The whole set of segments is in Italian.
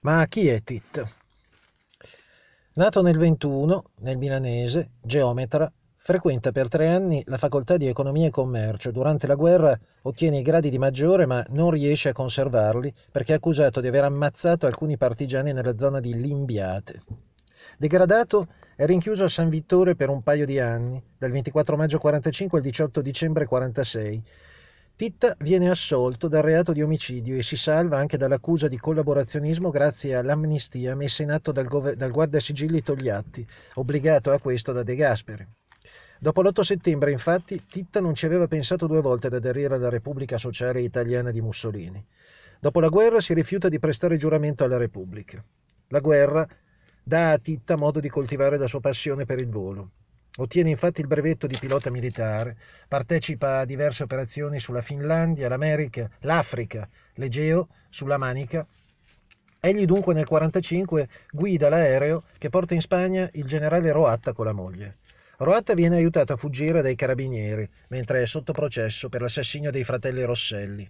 Ma chi è Tit? Nato nel 21, nel milanese, geometra, frequenta per 3 anni la facoltà di economia e commercio. Durante la guerra ottiene i gradi di maggiore ma non riesce a conservarli perché è accusato di aver ammazzato alcuni partigiani nella zona di Limbiate. Degradato, è rinchiuso a San Vittore per un paio di anni, dal 24 maggio 45 al 18 dicembre 46. Titta viene assolto dal reato di omicidio e si salva anche dall'accusa di collaborazionismo grazie all'amnistia messa in atto dal guardasigilli Togliatti, obbligato a questo da De Gasperi. Dopo l'8 settembre, infatti, Titta non ci aveva pensato due volte ad aderire alla Repubblica Sociale Italiana di Mussolini. Dopo la guerra si rifiuta di prestare giuramento alla Repubblica. La guerra dà a Titta modo di coltivare la sua passione per il volo. Ottiene infatti il brevetto di pilota militare, partecipa a diverse operazioni sulla Finlandia, l'America, l'Africa, l'Egeo, sulla Manica. Egli dunque nel 1945 guida l'aereo che porta in Spagna il generale Roatta con la moglie. Roatta viene aiutato a fuggire dai carabinieri, mentre è sotto processo per l'assassinio dei fratelli Rosselli.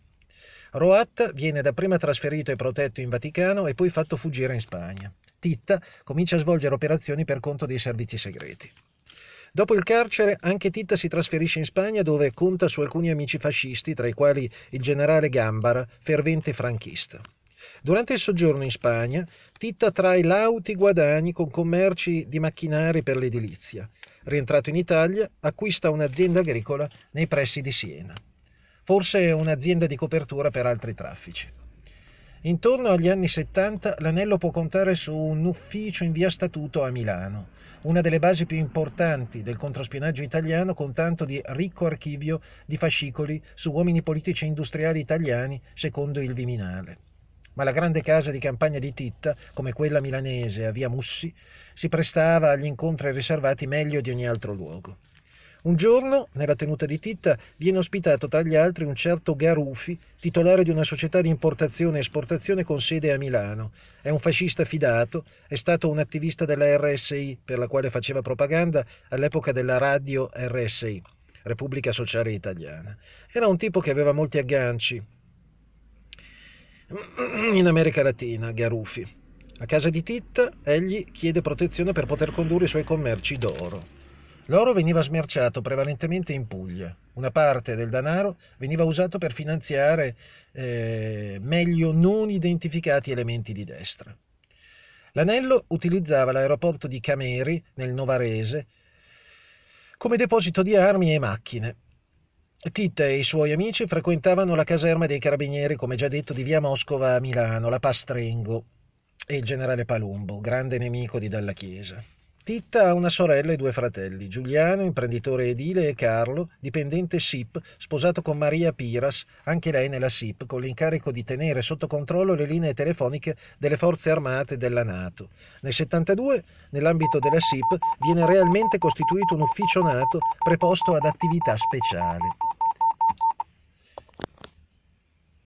Roatta viene dapprima trasferito e protetto in Vaticano e poi fatto fuggire in Spagna. Titta comincia a svolgere operazioni per conto dei servizi segreti. Dopo il carcere, anche Titta si trasferisce in Spagna dove conta su alcuni amici fascisti, tra i quali il generale Gambara, fervente franchista. Durante il soggiorno in Spagna, Titta trae lauti guadagni con commerci di macchinari per l'edilizia. Rientrato in Italia, acquista un'azienda agricola nei pressi di Siena. Forse un'azienda di copertura per altri traffici. Intorno agli anni 70 l'Anello può contare su un ufficio in via Statuto a Milano, una delle basi più importanti del controspionaggio italiano con tanto di ricco archivio di fascicoli su uomini politici e industriali italiani secondo il Viminale. Ma la grande casa di campagna di Titta, come quella milanese a via Mussi, si prestava agli incontri riservati meglio di ogni altro luogo. Un giorno, nella tenuta di Titta, viene ospitato tra gli altri un certo Garufi, titolare di una società di importazione e esportazione con sede a Milano. È un fascista fidato, è stato un attivista della RSI, per la quale faceva propaganda all'epoca della radio RSI, Repubblica Sociale Italiana. Era un tipo che aveva molti agganci in America Latina, Garufi. A casa di Titta, egli chiede protezione per poter condurre i suoi commerci d'oro. L'oro veniva smerciato prevalentemente in Puglia. Una parte del denaro veniva usato per finanziare meglio non identificati elementi di destra. L'Anello utilizzava l'aeroporto di Cameri, nel Novarese, come deposito di armi e macchine. Titta e i suoi amici frequentavano la caserma dei carabinieri, come già detto, di via Moscova a Milano, la Pastrengo, e il generale Palumbo, grande nemico di Dalla Chiesa. Titta ha una sorella e due fratelli, Giuliano, imprenditore edile, e Carlo, dipendente SIP, sposato con Maria Piras, anche lei nella SIP, con l'incarico di tenere sotto controllo le linee telefoniche delle forze armate della NATO. Nel 72, nell'ambito della SIP, viene realmente costituito un ufficio NATO preposto ad attività speciali.